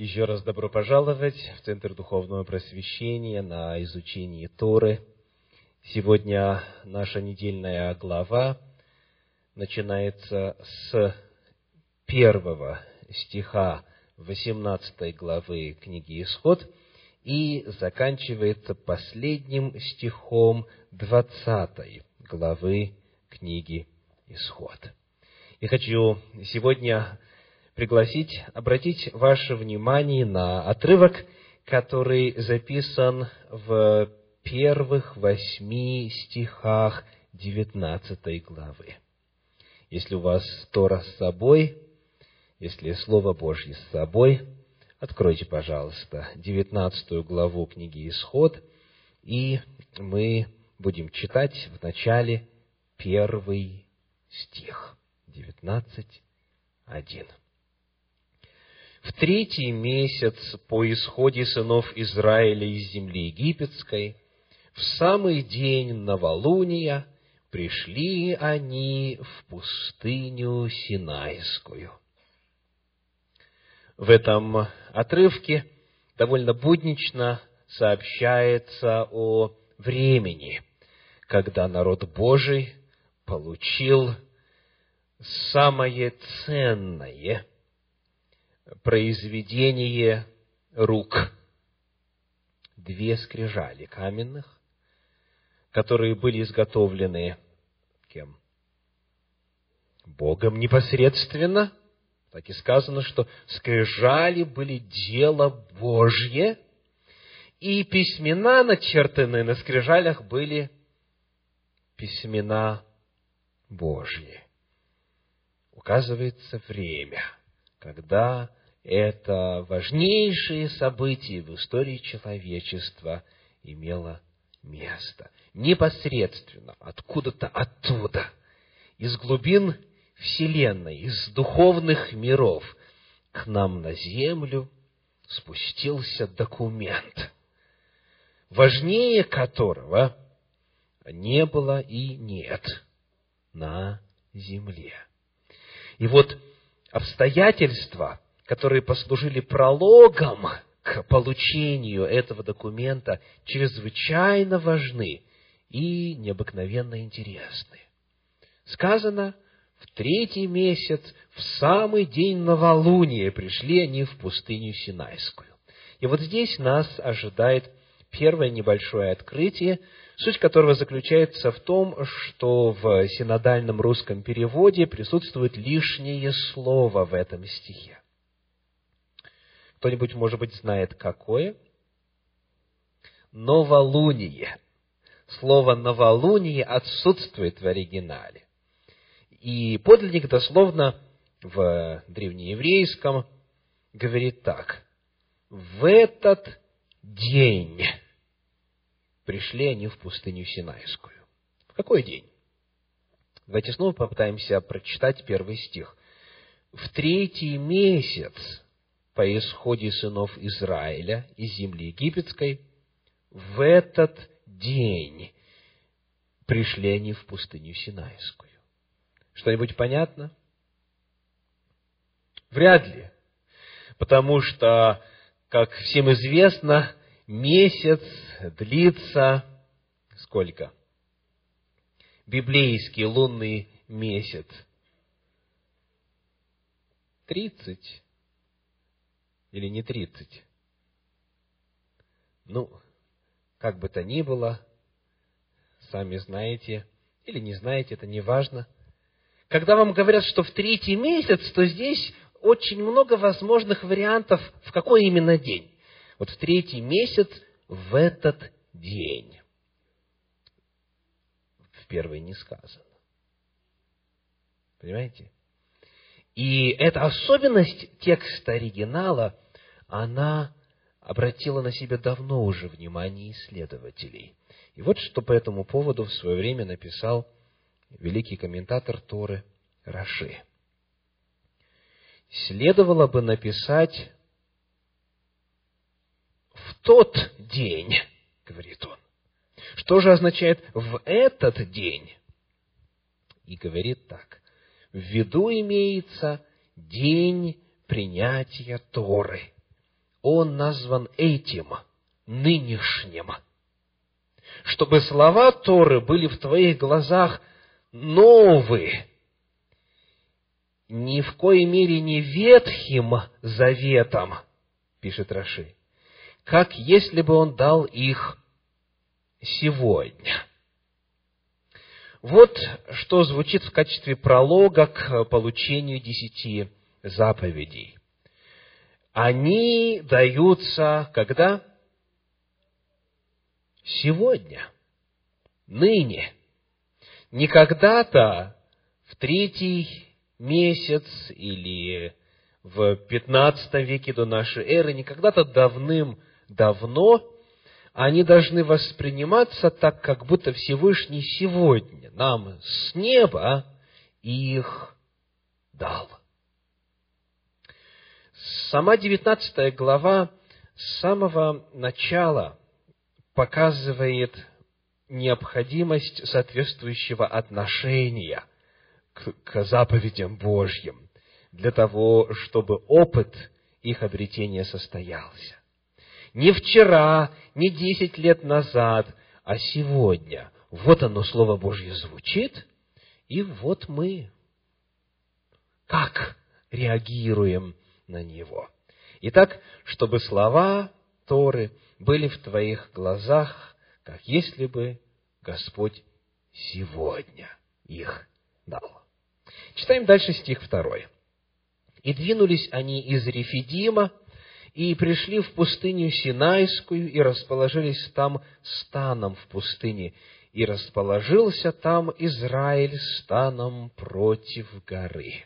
Еще раз добро пожаловать в Центр Духовного Просвещения на изучение Торы. Сегодня наша недельная глава начинается с 1 стиха 18 главы книги Исход и заканчивается последним стихом 20 главы книги Исход. И хочу сегодня обратить ваше внимание на отрывок, который записан в первых 8 стихах 19 главы. Если у вас Тора с собой, если Слово Божье с собой, откройте, пожалуйста, 19 главу книги Исход, и мы будем читать в начале первый стих, 19:1. В 3-й месяц по исходе сынов Израиля из земли египетской, в самый день новолуния, пришли они в пустыню Синайскую. В этом отрывке довольно буднично сообщается о времени, когда народ Божий получил самое ценное произведение рук. 2 скрижали каменных, которые были изготовлены кем? Богом непосредственно. Так и сказано, что скрижали были дело Божье, и письмена, начертанные на скрижалях, были письмена Божьи. Указывается время, когда это важнейшее событие в истории человечества имело место. Непосредственно, откуда-то оттуда, из глубин Вселенной, из духовных миров, к нам на землю спустился документ, важнее которого не было и нет на земле. И вот обстоятельства, которые послужили прологом к получению этого документа, чрезвычайно важны и необыкновенно интересны. Сказано, в 3-й месяц, в самый день новолуния, пришли они в пустыню Синайскую. И вот здесь нас ожидает первое небольшое открытие, суть которого заключается в том, что в синодальном русском переводе присутствует лишнее слово в этом стихе. Кто-нибудь, может быть, знает, какое? Новолуние. Слово «новолуние» отсутствует в оригинале. И подлинник дословно в древнееврейском говорит так: «В этот день пришли они в пустыню Синайскую». В какой день? Давайте снова попытаемся прочитать 1 стих. «В 3-й месяц по исходе сынов Израиля из земли египетской, в этот день пришли они в пустыню Синайскую». Что-нибудь понятно? Вряд ли. Потому что, как всем известно, месяц длится сколько? Библейский лунный месяц. 30. Или не 30? Как бы то ни было, сами знаете, или не знаете, это не важно. Когда вам говорят, что в 3-й месяц, то здесь очень много возможных вариантов, в какой именно день. Вот в 3-й месяц, в этот день. В 1-й не сказано. Понимаете? И эта особенность текста оригинала, она обратила на себя давно уже внимание исследователей. И вот что по этому поводу в свое время написал великий комментатор Торы Раши. Следовало бы написать «в тот день», говорит он. Что же означает «в этот день»? И говорит так: в виду имеется день принятия Торы, он назван этим, нынешним. Чтобы слова Торы были в твоих глазах новые, ни в коей мере не Ветхим Заветом, пишет Раши, как если бы он дал их сегодня. Вот что звучит в качестве пролога к получению 10 заповедей. Они даются когда? Сегодня, ныне. Не когда-то в 3-й месяц или в 15 веке до нашей эры, не когда-то давным-давно, они должны восприниматься так, как будто Всевышний сегодня нам с неба их дал. Сама 19 глава с самого начала показывает необходимость соответствующего отношения к заповедям Божьим, для того, чтобы опыт их обретения состоялся. Не вчера, не 10 лет назад, а сегодня. Вот оно, Слово Божье, звучит, и вот мы как реагируем на него. Итак, чтобы слова Торы были в твоих глазах, как если бы Господь сегодня их дал. Читаем дальше стих 2. «И двинулись они из Рефидима, и пришли в пустыню Синайскую, и расположились там станом в пустыне. И расположился там Израиль станом против горы».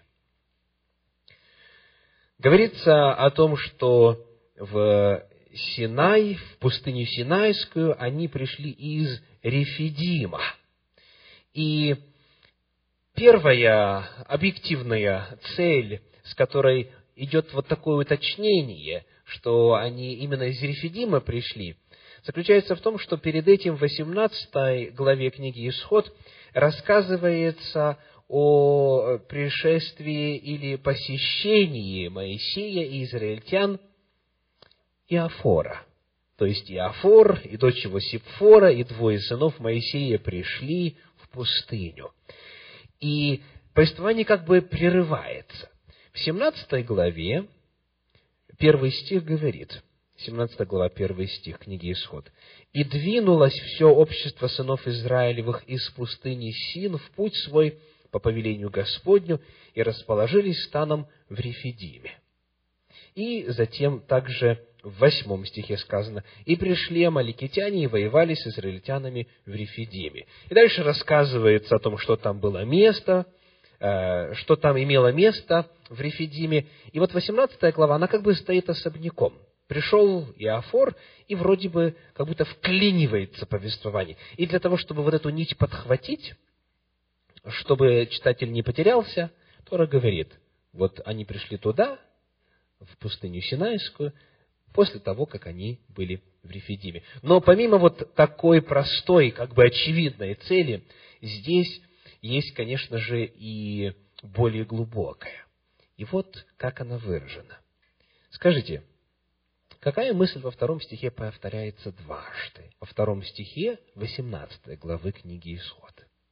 Говорится о том, что в Синай, в пустыню Синайскую, они пришли из Рефидима. И первая объективная цель, с которой идет вот такое уточнение, что они именно из Рефидима пришли, заключается в том, что перед этим в 18 главе книги Исход рассказывается о пришествии или посещении Моисея и израильтян Иофора. То есть Иофор и дочь его Сипфора и 2 сынов Моисея пришли в пустыню. И повествование как бы прерывается. В 17 главе 1 стих говорит, 17 глава, 1 стих книги Исход. «И двинулось все общество сынов Израилевых из пустыни Син в путь свой по повелению Господню, и расположились станом в Рефидиме». И затем также в 8 стихе сказано, «И пришли амаликитяне и воевали с израильтянами в Рефидиме». И дальше рассказывается о том, что там было место, что там имело место в Рефидиме. И вот 18 глава, она как бы стоит особняком. Пришел Иофор, и вроде бы как будто вклинивается повествование. И для того, чтобы вот эту нить подхватить, чтобы читатель не потерялся, Тора говорит, вот они пришли туда, в пустыню Синайскую, после того, как они были в Рефидиме. Но помимо вот такой простой, как бы очевидной цели, здесь есть, конечно же, и более глубокая. И вот как она выражена. Скажите, какая мысль во 2 стихе повторяется дважды? Во 2 стихе 18 главы книги Исход.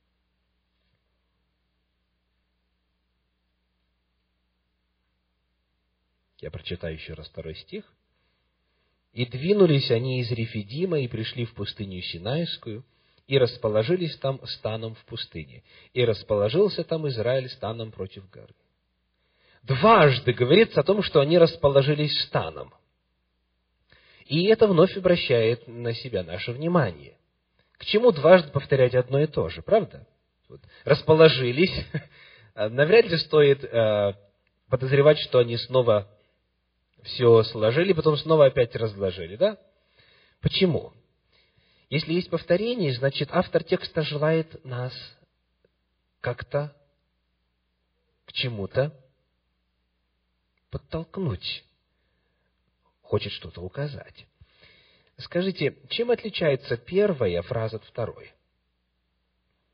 Я прочитаю еще раз 2 стих. «И двинулись они из Рефидима, и пришли в пустыню Синайскую, и расположились там станом в пустыне. И расположился там Израиль станом против горы». Дважды говорится о том, что они расположились станом. И это вновь обращает на себя наше внимание. К чему дважды повторять одно и то же, правда? Вот. Расположились. Навряд ли стоит подозревать, что они снова все сложили, потом снова опять разложили, да? Почему? Если есть повторение, значит, автор текста желает нас как-то к чему-то подтолкнуть, хочет что-то указать. Скажите, чем отличается первая фраза от второй?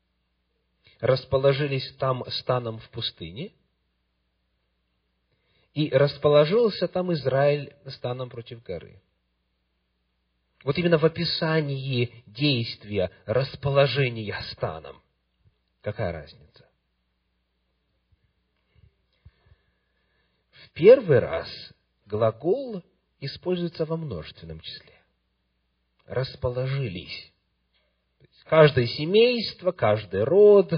Расположились там станом в пустыне. и расположился там Израиль станом против горы. Вот именно в описании действия расположения станом. Какая разница? В первый раз глагол используется во множественном числе. Расположились. Каждое семейство, каждый род,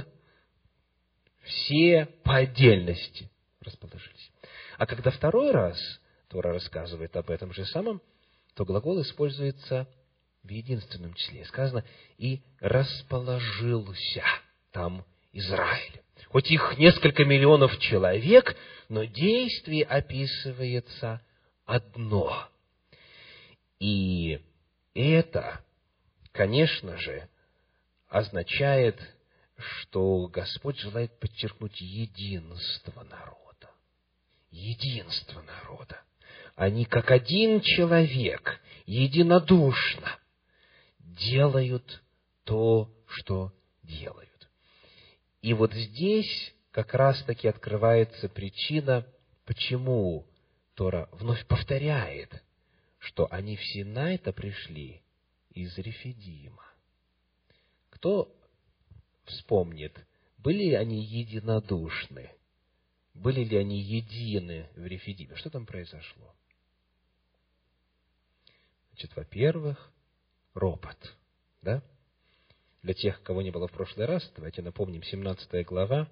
все по отдельности расположились. А когда второй раз Тора рассказывает об этом же самом, то глагол используется в единственном числе. Сказано, и расположился там Израиль. Хоть их несколько миллионов человек, но действие описывается одно. И это, конечно же, означает, что Господь желает подчеркнуть единство народа. Единство народа. Они, как один человек, единодушно делают то, что делают. И вот здесь как раз-таки открывается причина, почему Тора вновь повторяет, что они в Синай-то пришли из Рефидима. Кто вспомнит, были ли они единодушны? Были ли они едины в Рефидиме? Что там произошло? Значит, во-первых, ропот. Да? Для тех, кого не было в прошлый раз, давайте напомним, 17 глава,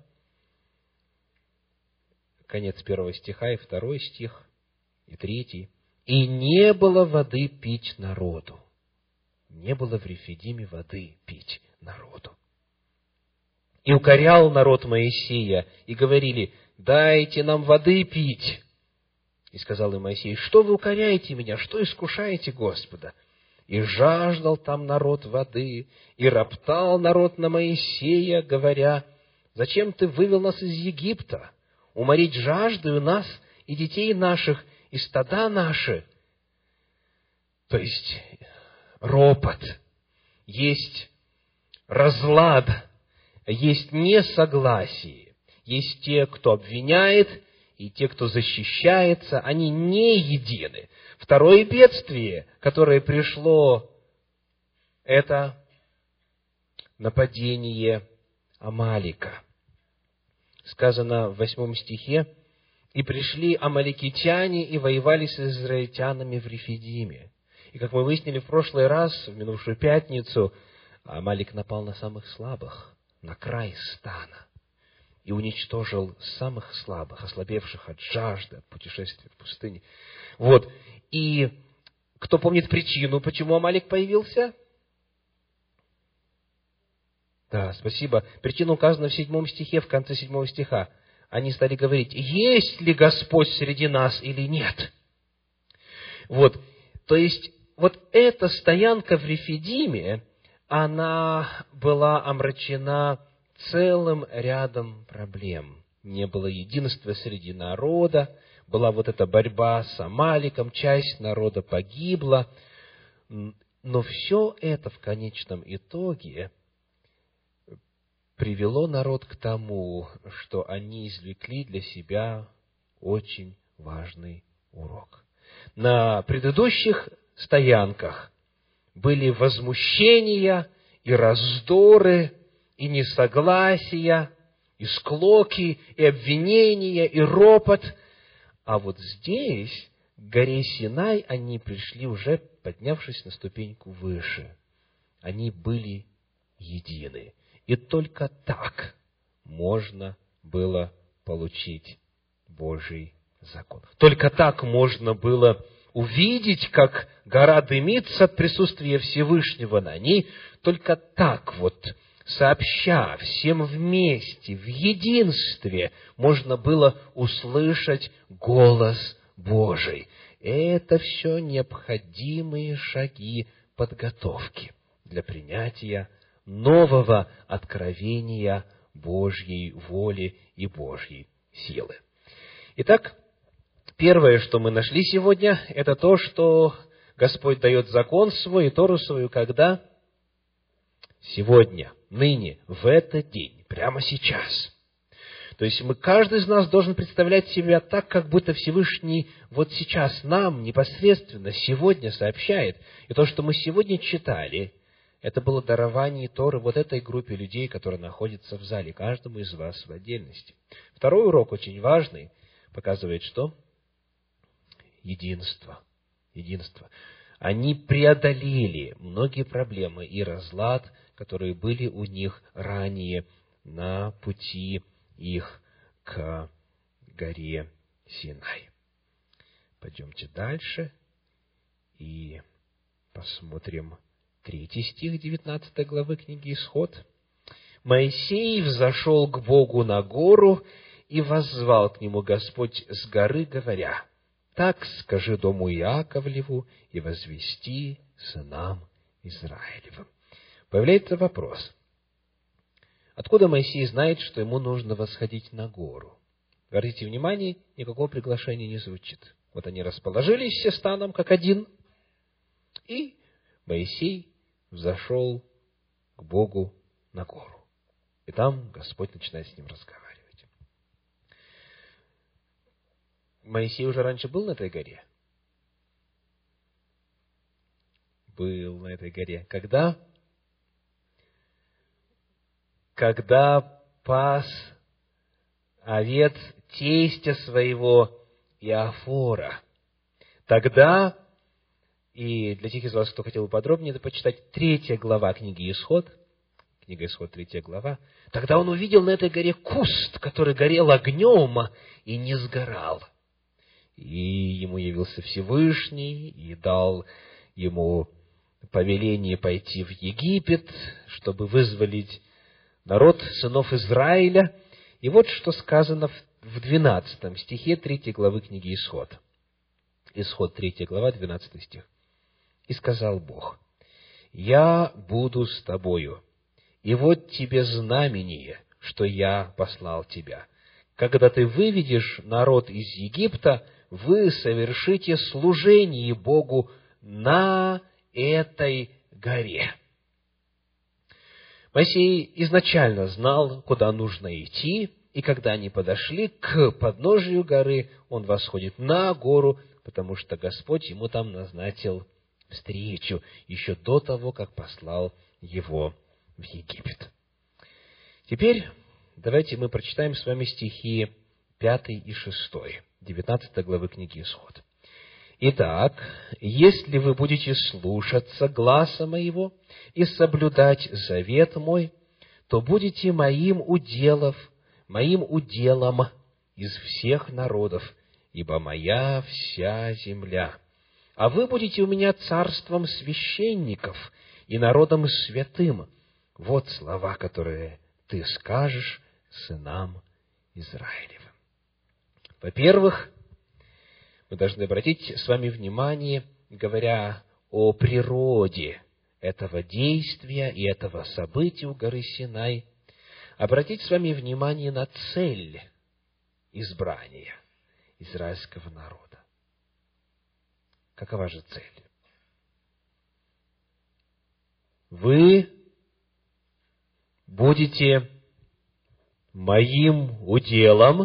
конец 1 стиха и 2 стих, и 3. «И не было воды пить народу». Не было в Рефидиме воды пить народу. «И укорял народ Моисея, и говорили, дайте нам воды пить. И сказал им Моисей, что вы укоряете меня, что искушаете Господа? И жаждал там народ воды, и роптал народ на Моисея, говоря, зачем ты вывел нас из Египта, уморить жаждою нас и детей наших, и стада наши». То есть, ропот, есть разлад, есть несогласие, есть те, кто обвиняет, и те, кто защищается, они не едины. Второе бедствие, которое пришло, это нападение Амалика. Сказано в 8 стихе, «И пришли амаликитяне и воевали с израильтянами в Рефидиме». И как мы выяснили в прошлый раз, в минувшую пятницу, Амалик напал на самых слабых, на край стана, и уничтожил самых слабых, ослабевших от жажды, от путешествия в пустыне. Вот. И кто помнит причину, почему Амалик появился? Да, спасибо. Причина указана в 7 стихе, в конце 7 стиха. Они стали говорить, есть ли Господь среди нас или нет. Вот. То есть, вот эта стоянка в Рефидиме, она была омрачена целым рядом проблем. Не было единства среди народа, была вот эта борьба с Амаликом, часть народа погибла. Но все это в конечном итоге привело народ к тому, что они извлекли для себя очень важный урок. На предыдущих стоянках были возмущения и раздоры, и несогласия, и склоки, и обвинения, и ропот. А вот здесь, к горе Синай, они пришли уже, поднявшись на ступеньку выше. Они были едины. И только так можно было получить Божий закон. Только так можно было увидеть, как гора дымится от присутствия Всевышнего на ней. Только так вот, сообща всем вместе, в единстве, можно было услышать голос Божий. Это все необходимые шаги подготовки для принятия нового откровения Божьей воли и Божьей силы. Итак, первое, что мы нашли сегодня, это то, что Господь дает закон свой и Тору свою, когда? Сегодня, ныне, в этот день, прямо сейчас. То есть каждый из нас должен представлять себя так, как будто Всевышний вот сейчас нам непосредственно сегодня сообщает. И то, что мы сегодня читали, это было дарование Торы вот этой группе людей, которые находятся в зале, каждому из вас в отдельности. Второй урок очень важный, показывает что? Единство. Единство. Они преодолели многие проблемы и разлад, которые были у них ранее на пути их к горе Синай. Пойдемте дальше и посмотрим 3 стих 19 главы книги Исход. «Моисей взошел к Богу на гору, и воззвал к нему Господь с горы, говоря: так скажи дому Иаковлеву и возвести сынам Израилевым». Появляется вопрос: откуда Моисей знает, что ему нужно восходить на гору? Обратите внимание, никакого приглашения не звучит. Вот они расположились все станом, как один, и Моисей взошел к Богу на гору. И там Господь начинает с ним разговаривать. Моисей уже раньше был на этой горе? Был на этой горе. Когда? Когда пас овец тестя своего Иофора. Тогда, и для тех из вас, кто хотел бы подробнее, это почитать 3 глава книги Исход, книга Исход, 3 глава, тогда он увидел на этой горе куст, который горел огнем и не сгорал. И ему явился Всевышний, и дал ему повеление пойти в Египет, чтобы вызволить народ сынов Израиля. И вот что сказано в 12 стихе 3 главы книги Исход. Исход 3 глава, 12 стих. «И сказал Бог: я буду с тобою, и вот тебе знамение, что я послал тебя. Когда ты выведешь народ из Египта, вы совершите служение Богу на этой горе». Моисей изначально знал, куда нужно идти, и когда они подошли к подножию горы, он восходит на гору, потому что Господь ему там назначил встречу еще до того, как послал его в Египет. Теперь давайте мы прочитаем с вами стихи 5 и 6, 19 главы книги Исход. «Итак, если вы будете слушаться гласа моего и соблюдать завет мой, то будете моим уделом из всех народов, ибо моя вся земля. А вы будете у меня царством священников и народом святым. Вот слова, которые ты скажешь сынам Израилевым». Во-первых, мы должны обратить с вами внимание, говоря о природе этого действия и этого события у горы Синай, обратить с вами внимание на цель избрания израильского народа. Какова же цель? Вы будете моим уделом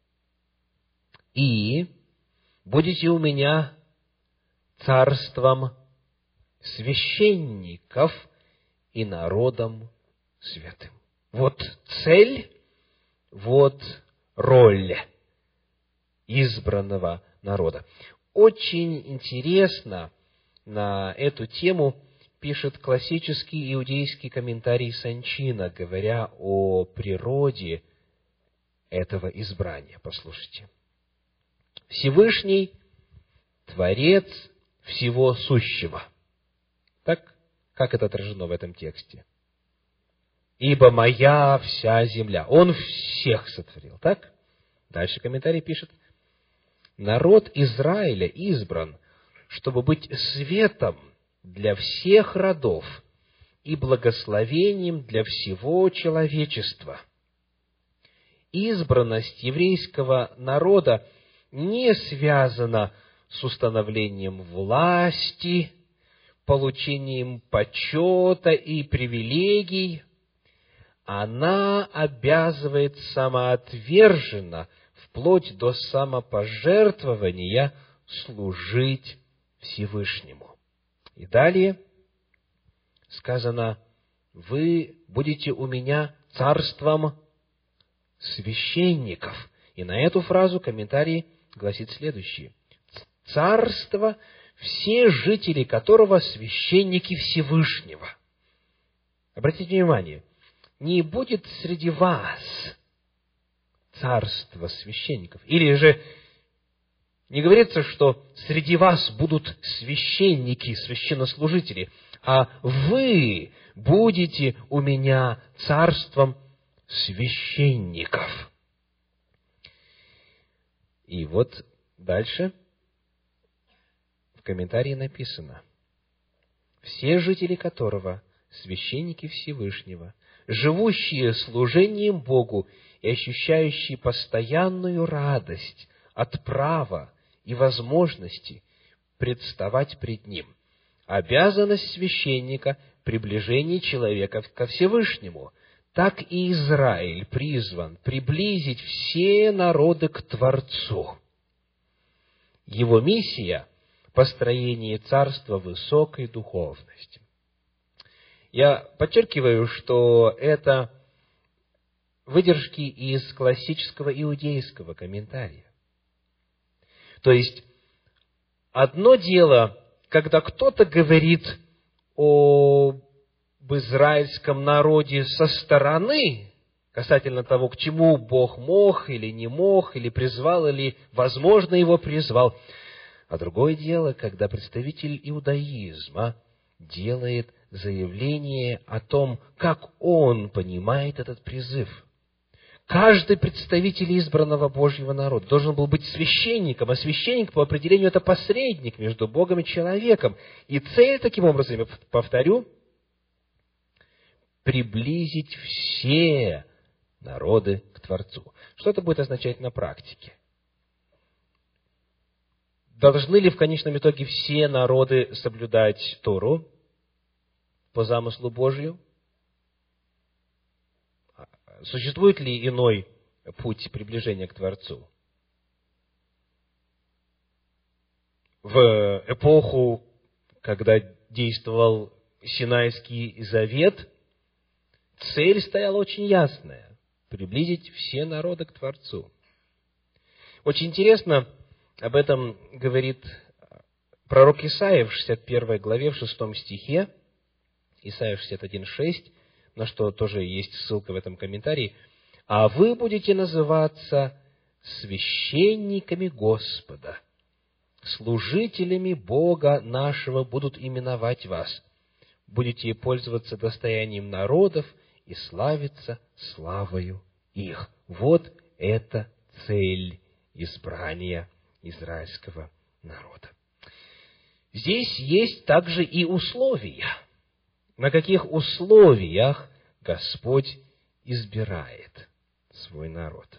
и будете у меня царством священников и народом святым. Вот цель, вот роль избранного народа. Очень интересно на эту тему пишет классический иудейский комментарий Санчина, говоря о природе этого избрания. Послушайте. Всевышний – Творец всего сущего. Так? Как это отражено в этом тексте? «Ибо моя вся земля». Он всех сотворил. Так? Дальше комментарий пишет. «Народ Израиля избран, чтобы быть светом для всех родов и благословением для всего человечества». Избранность еврейского народа не связана с установлением власти, получением почета и привилегий, она обязывает самоотверженно, вплоть до самопожертвования, служить Всевышнему. И далее сказано: вы будете у меня царством священников. И на эту фразу комментарий гласит следующее: царство, все жители которого священники Всевышнего. Обратите внимание, не будет среди вас царства священников. Или же не говорится, что среди вас будут священники, священнослужители, а вы будете у меня царством священников. И вот дальше в комментарии написано: все жители которого священники Всевышнего, живущие служением Богу и ощущающие постоянную радость от права и возможности представать пред Ним. Обязанность священника – приближение человека ко Всевышнему. Так и Израиль призван приблизить все народы к Творцу. Его миссия – построение царства высокой духовности. Я подчеркиваю, что это выдержки из классического иудейского комментария. То есть, одно дело, когда кто-то говорит об израильском народе со стороны, касательно того, к чему Бог мог или не мог, или призвал, или, возможно, его призвал. А другое дело, когда представитель иудаизма делает заявление о том, как он понимает этот призыв. Каждый представитель избранного Божьего народа должен был быть священником, а священник по определению это посредник между Богом и человеком. И цель, таким образом, я повторю, приблизить все народы к Творцу. Что это будет означать на практике? Должны ли в конечном итоге все народы соблюдать Тору по замыслу Божию? Существует ли иной путь приближения к Творцу? В эпоху, когда действовал Синайский завет, цель стояла очень ясная – приблизить все народы к Творцу. Очень интересно, об этом говорит пророк Исаия в 61 главе, в 6 стихе, Исаия 61:6, на что тоже есть ссылка в этом комментарии. «А вы будете называться священниками Господа, служителями Бога нашего будут именовать вас, будете пользоваться достоянием народов и славиться славою их». Вот это цель избрания израильского народа. Здесь есть также и условия. На каких условиях Господь избирает свой народ.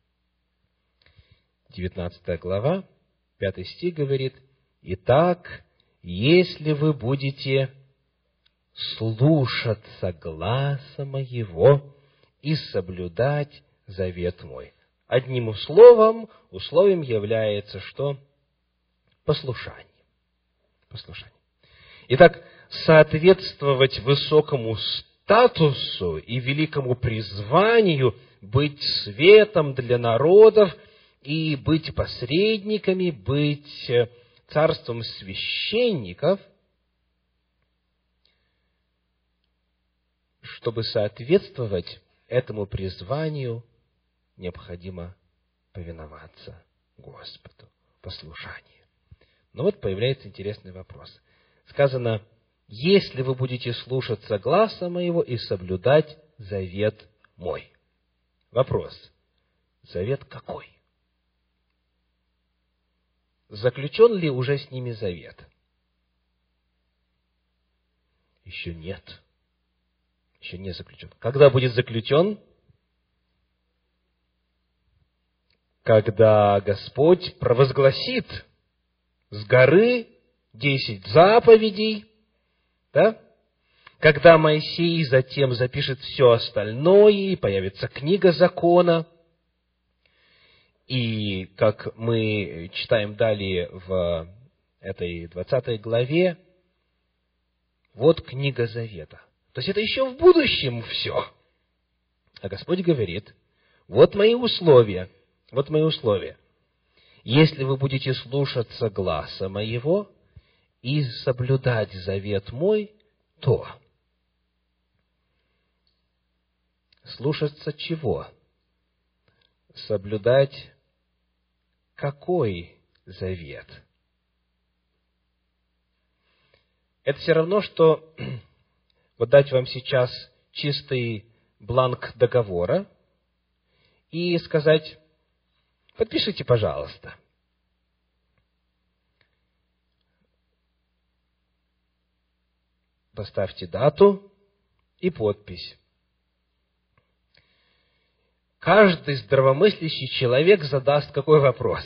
19 глава, 5 стих говорит: «Итак, если вы будете слушаться гласа моего и соблюдать завет мой». Одним условием является что? Послушание. Послушание. Итак, соответствовать высокому статусу и великому призванию быть светом для народов и быть посредниками, быть царством священников, чтобы соответствовать этому призванию, необходимо повиноваться Господу, послушание. Но вот появляется интересный вопрос. Сказано: «Если вы будете слушаться гласа моего и соблюдать завет мой». Вопрос. Завет какой? Заключен ли уже с ними завет? Еще нет. Еще не заключен. Когда будет заключен? Когда Господь провозгласит с горы 10 заповедей, да? когда Моисей затем запишет все остальное, и появится книга закона, и, как мы читаем далее в этой 20 главе, вот книга завета. То есть это еще в будущем все. А Господь говорит, вот мои условия, вот мои условия. Если вы будете слушаться гласа моего и соблюдать завет мой, то слушаться чего? Соблюдать какой завет? Это все равно, что вот дать вам сейчас чистый бланк договора и сказать: подпишите, пожалуйста. Поставьте дату и подпись. Каждый здравомыслящий человек задаст какой вопрос?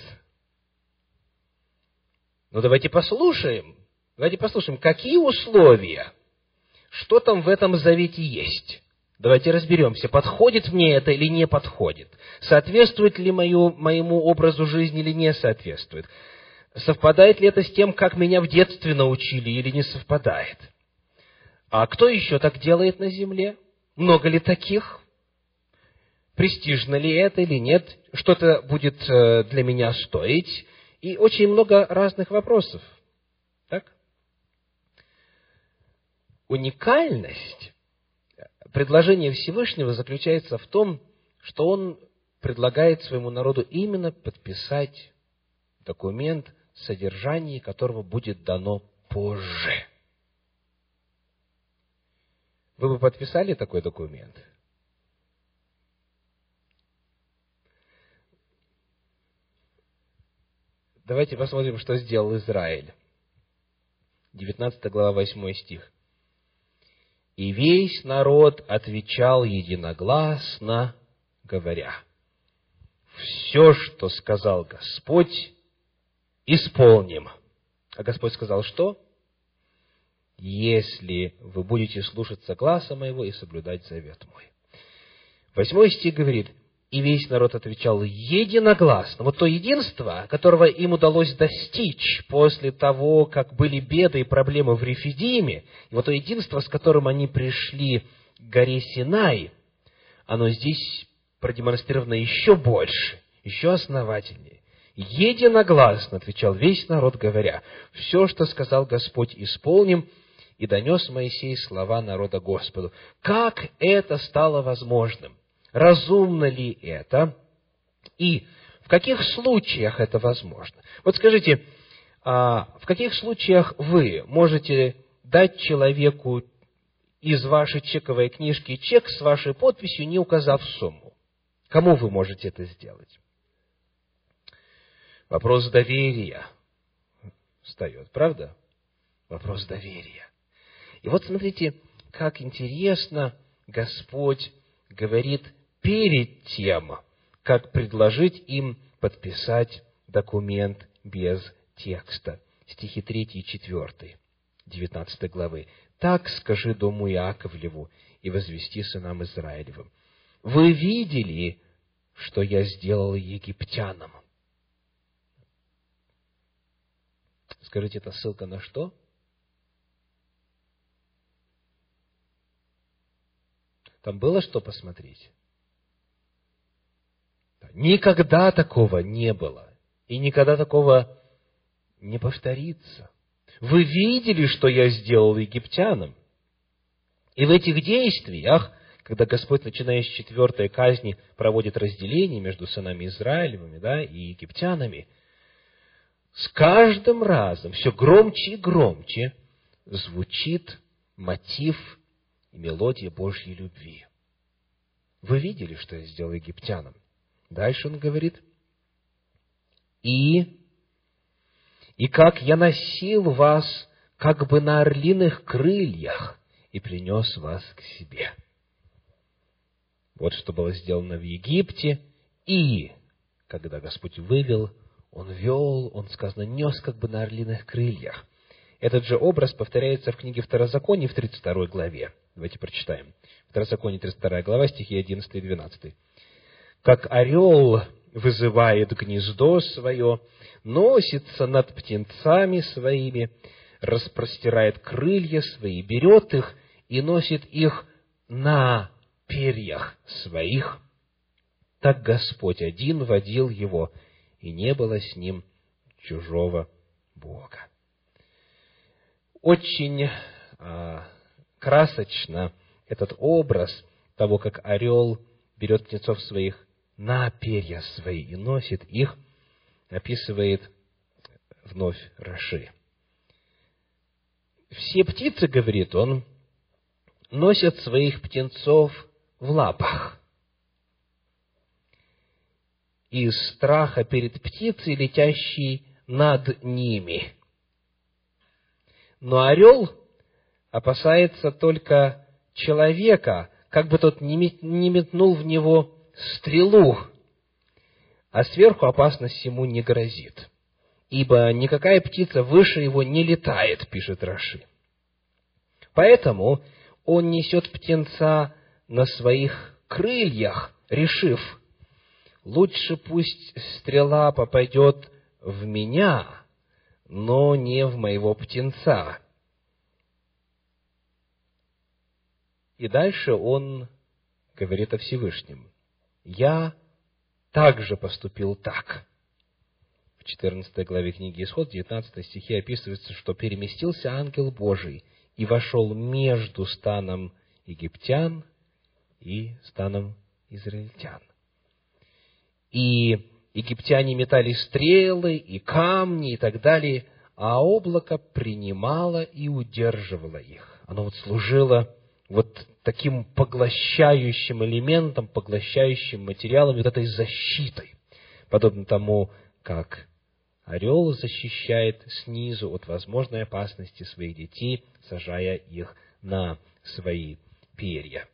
Ну, давайте послушаем, какие условия, что там в этом завете есть. Давайте разберемся, подходит мне это или не подходит, соответствует ли моему образу жизни или не соответствует, совпадает ли это с тем, как меня в детстве научили, или не совпадает. А кто еще так делает на земле? Много ли таких? Престижно ли это или нет? Что-то будет для меня стоить? И очень много разных вопросов. Так? Уникальность предложение Всевышнего заключается в том, что Он предлагает своему народу именно подписать документ, содержание которого будет дано позже. Вы бы подписали такой документ? Давайте посмотрим, что сделал Израиль. 19 глава, 8 стих. «И весь народ отвечал единогласно, говоря: все, что сказал Господь, исполним». А Господь сказал что? «Если вы будете слушаться гласа моего и соблюдать завет мой». 8 стих говорит: «И весь народ отвечал единогласно». Вот то единство, которого им удалось достичь после того, как были беды и проблемы в Рефидиме, и вот то единство, с которым они пришли к горе Синай, оно здесь продемонстрировано еще больше, еще основательнее. Единогласно отвечал весь народ, говоря: все, что сказал Господь, исполним. И донес Моисей слова народа Господу. Как это стало возможным? Разумно ли это? И в каких случаях это возможно? Вот скажите, в каких случаях вы можете дать человеку из вашей чековой книжки чек с вашей подписью, не указав сумму? Кому вы можете это сделать? Вопрос доверия встает, правда? Вопрос доверия. И вот смотрите, как интересно Господь говорит перед тем, как предложить им подписать документ без текста. Стихи 3 и 4, 19 главы. «Так скажи дому Иаковлеву и возвести сынам Израилевым: вы видели, что я сделал египтянам». Скажите, это ссылка на что? Там было что посмотреть? Никогда такого не было. И никогда такого не повторится. Вы видели, что я сделал египтянам? И в этих действиях, когда Господь, начиная с 4 казни, проводит разделение между сынами Израилевыми, и египтянами, с каждым разом все громче и громче звучит мотив и мелодия Божьей любви. Вы видели, что я сделал египтянам? Дальше он говорит: и как я носил вас как бы на орлиных крыльях и принес вас к себе. Вот что было сделано в Египте. И когда Господь вывел, Он вел, Он, сказано, нес как бы на орлиных крыльях. Этот же образ повторяется в книге Второзакония в 32 главе. Давайте прочитаем. Второзаконие, 32 глава, стихи 11 и 12. «Как орел вызывает гнездо свое, носится над птенцами своими, распростирает крылья свои, берет их и носит их на перьях своих, так Господь один водил его, и не было с ним чужого Бога». Очень красочно этот образ того, как орел берет птенцов своих на перья свои и носит их, описывает вновь Раши. Все птицы, говорит он, носят своих птенцов в лапах. Из страха перед птицей, летящей над ними. Но орел опасается только человека, как бы тот не метнул в него стрелу, а сверху опасность ему не грозит. Ибо никакая птица выше его не летает, пишет Раши. Поэтому он несет птенца на своих крыльях, решив: лучше пусть стрела попадет в меня, но не в моего птенца. И дальше он говорит о Всевышнем: я также поступил так. В 14 главе книги Исход, 19 стихе описывается, что переместился ангел Божий и вошел между станом египтян и станом израильтян. И египтяне метали стрелы и камни и так далее, а облако принимало и удерживало их. Оно служило таким поглощающим элементом, поглощающим материалом, этой защитой, подобно тому, как орел защищает снизу от возможной опасности своих детей, сажая их на свои перья.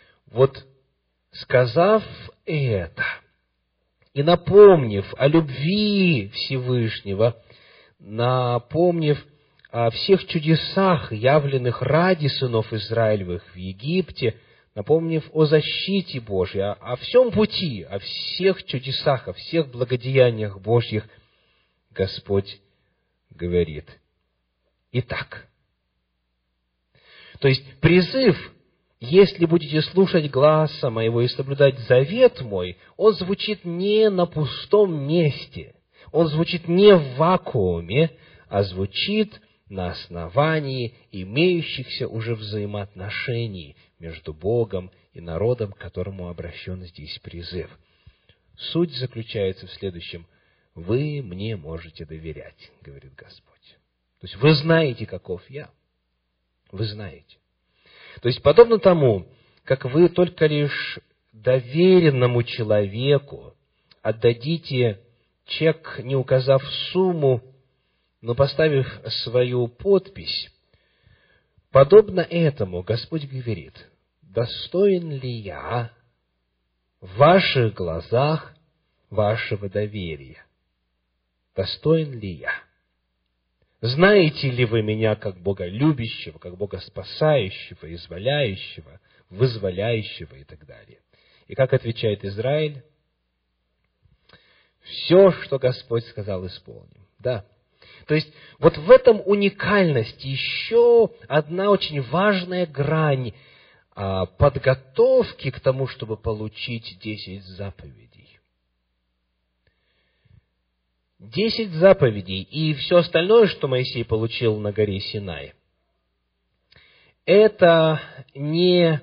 Сказав это, и напомнив о любви Всевышнего, напомнив о всех чудесах, явленных ради сынов Израилевых в Египте, напомнив о защите Божьей, о всем пути, о всех чудесах, о всех благодеяниях Божьих, Господь говорит: итак. То есть призыв: если будете слушать гласа моего и соблюдать завет мой, он звучит не на пустом месте, он звучит не в вакууме, а звучит на основании имеющихся уже взаимоотношений между Богом и народом, к которому обращен здесь призыв. Суть заключается в следующем: вы мне можете доверять, говорит Господь. То есть вы знаете, каков я. Вы знаете. То есть подобно тому, как вы только лишь доверенному человеку отдадите чек, не указав сумму, но поставив свою подпись, подобно этому Господь говорит: достоин ли я в ваших глазах вашего доверия? Достоин ли я? Знаете ли вы меня как Бога любящего, как Бога спасающего, изволяющего, вызволяющего и так далее? И как отвечает Израиль? Все, что Господь сказал, исполним. Да. То есть, в этом уникальность, еще одна очень важная грань подготовки к тому, чтобы получить 10 заповедей. 10 заповедей и все остальное, что Моисей получил на горе Синай, это не,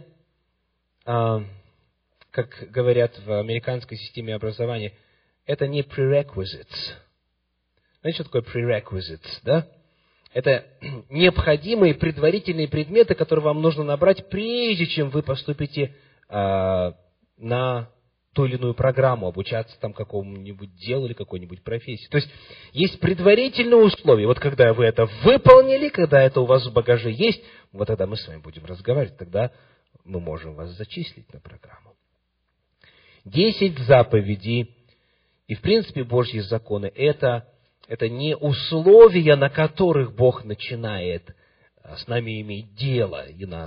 как говорят в американской системе образования, это не prerequisites. Знаете, что такое prerequisites, да? Это необходимые предварительные предметы, которые вам нужно набрать, прежде чем вы поступите на ту или иную программу, обучаться какому-нибудь делу или какой-нибудь профессии. То есть, есть предварительные условия. Когда вы это выполнили, когда это у вас в багаже есть, тогда мы с вами будем разговаривать, тогда мы можем вас зачислить на программу. 10 заповедей и, в принципе, Божьи законы – это это не условия, на которых Бог начинает с нами иметь дело и нас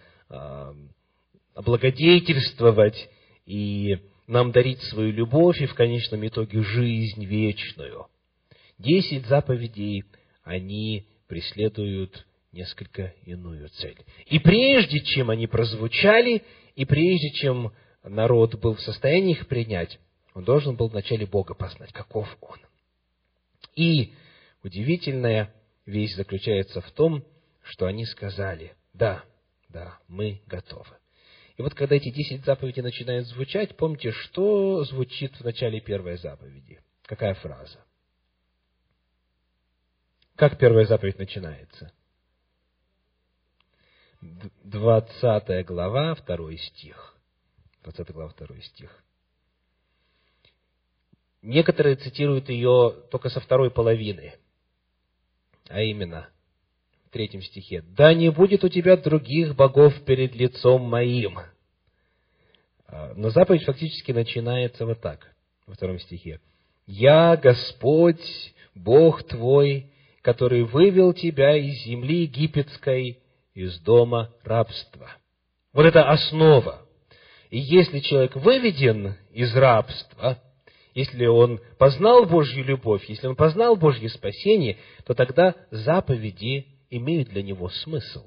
облагодетельствовать, и нам дарить свою любовь, и в конечном итоге жизнь вечную. 10 заповедей, они преследуют несколько иную цель. И прежде чем они прозвучали, и прежде чем народ был в состоянии их принять, он должен был вначале Бога познать, каков Он. И удивительная вещь заключается в том, что они сказали: да, мы готовы. И вот когда эти 10 заповедей начинают звучать, помните, что звучит в начале первой заповеди? Какая фраза? Как первая заповедь начинается? 20 глава, 2 стих. 20 глава, 2 стих. Некоторые цитируют ее только со второй половины, а именно в 3 стихе. «Да не будет у тебя других богов перед лицом моим». Но заповедь фактически начинается вот так, во 2 стихе. «Я Господь, Бог твой, который вывел тебя из земли египетской, из дома рабства». Вот это основа. И если человек выведен из рабства, если он познал Божью любовь, если он познал Божье спасение, то тогда заповеди имеют для него смысл.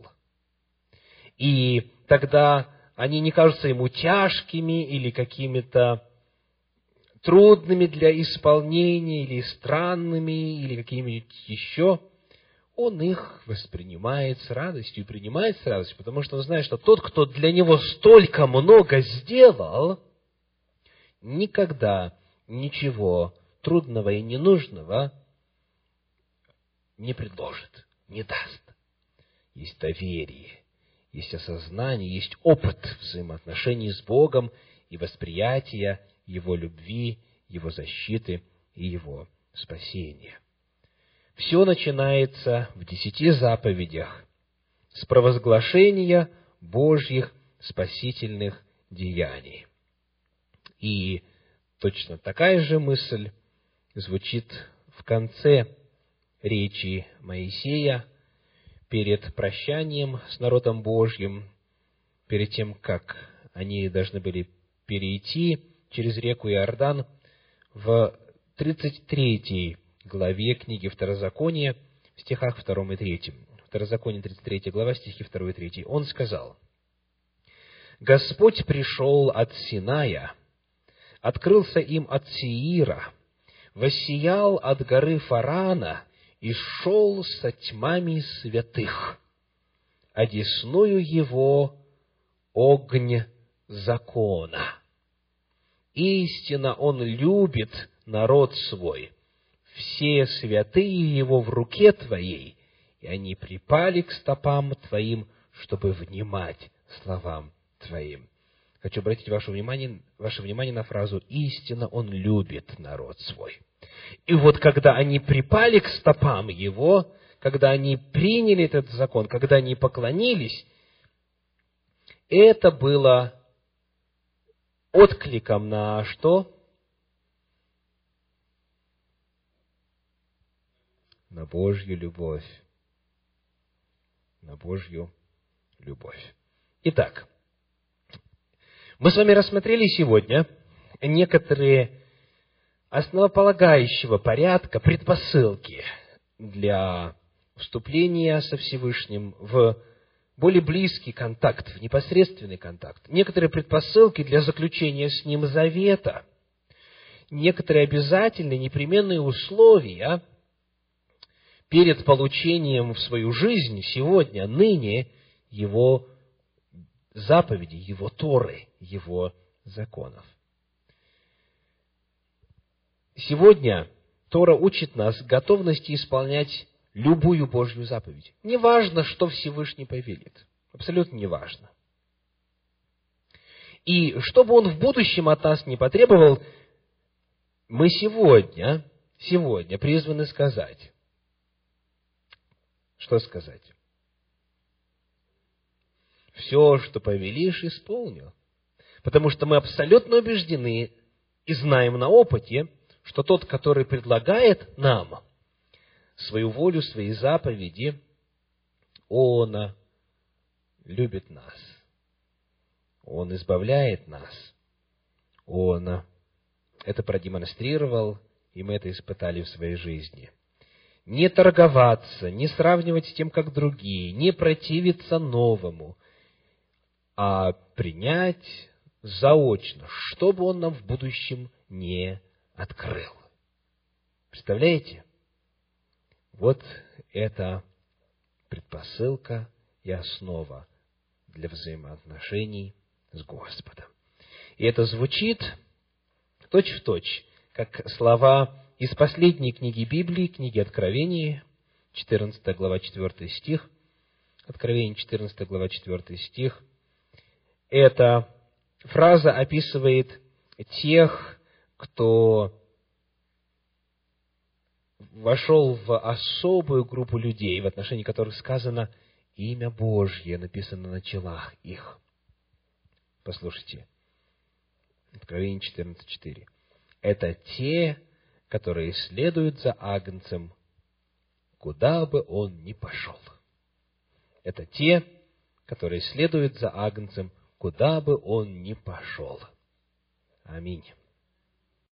И тогда они не кажутся ему тяжкими или какими-то трудными для исполнения, или странными, или какими-нибудь еще. Он их воспринимает с радостью и принимает с радостью, потому что он знает, что тот, кто для него столько много сделал, никогда ничего трудного и ненужного не предложит, не даст. Есть доверие, есть осознание, есть опыт взаимоотношений с Богом и восприятия Его любви, Его защиты и Его спасения. Все начинается в 10 заповедях с провозглашения Божьих спасительных деяний. И точно такая же мысль звучит в конце речи Моисея перед прощанием с народом Божьим, перед тем, как они должны были перейти через реку Иордан, в 33 главе книги Второзакония, в стихах 2 и 3. Второзаконие, 33 глава, стихи 2 и 3. Он сказал: «Господь пришел от Синая, открылся им от Сеира, воссиял от горы Фарана и шел со тьмами святых, одесную его огонь закона. Истинно он любит народ свой, все святые его в руке твоей, и они припали к стопам твоим, чтобы внимать словам твоим». Хочу обратить ваше внимание на фразу «истинно он любит народ свой». И вот когда они припали к стопам его, когда они приняли этот закон, когда они поклонились, это было откликом на что? На Божью любовь. На Божью любовь. Итак, мы с вами рассмотрели сегодня некоторые основополагающего порядка предпосылки для вступления со Всевышним в более близкий контакт, в непосредственный контакт. Некоторые предпосылки для заключения с Ним завета. Некоторые обязательные, непременные условия перед получением в свою жизнь сегодня, ныне, Его заповедей, Его Торы, Его законов. Сегодня Тора учит нас готовности исполнять любую Божью заповедь. Не важно, что Всевышний повелит. Абсолютно не важно. И что бы Он в будущем от нас не потребовал, мы сегодня призваны сказать. Что сказать? Все, что повелишь, исполню. Потому что мы абсолютно убеждены и знаем на опыте, что тот, который предлагает нам свою волю, свои заповеди, Он любит нас. Он избавляет нас. Он это продемонстрировал, и мы это испытали в своей жизни. Не торговаться, не сравнивать с тем, как другие, не противиться новому, а принять заочно, что бы Он нам в будущем не открыл. Представляете? Вот это предпосылка и основа для взаимоотношений с Господом. И это звучит точь-в-точь, как слова из последней книги Библии, книги Откровения, 14 глава, 4 стих. Откровение, 14 глава, 4 стих. Эта фраза описывает тех, кто вошел в особую группу людей, в отношении которых сказано «Имя Божье» написано на челах их. Послушайте. Откровение 14:4. Это те, которые следуют за Агнцем, куда бы он ни пошел. Это те, которые следуют за Агнцем, куда бы он ни пошел. Аминь.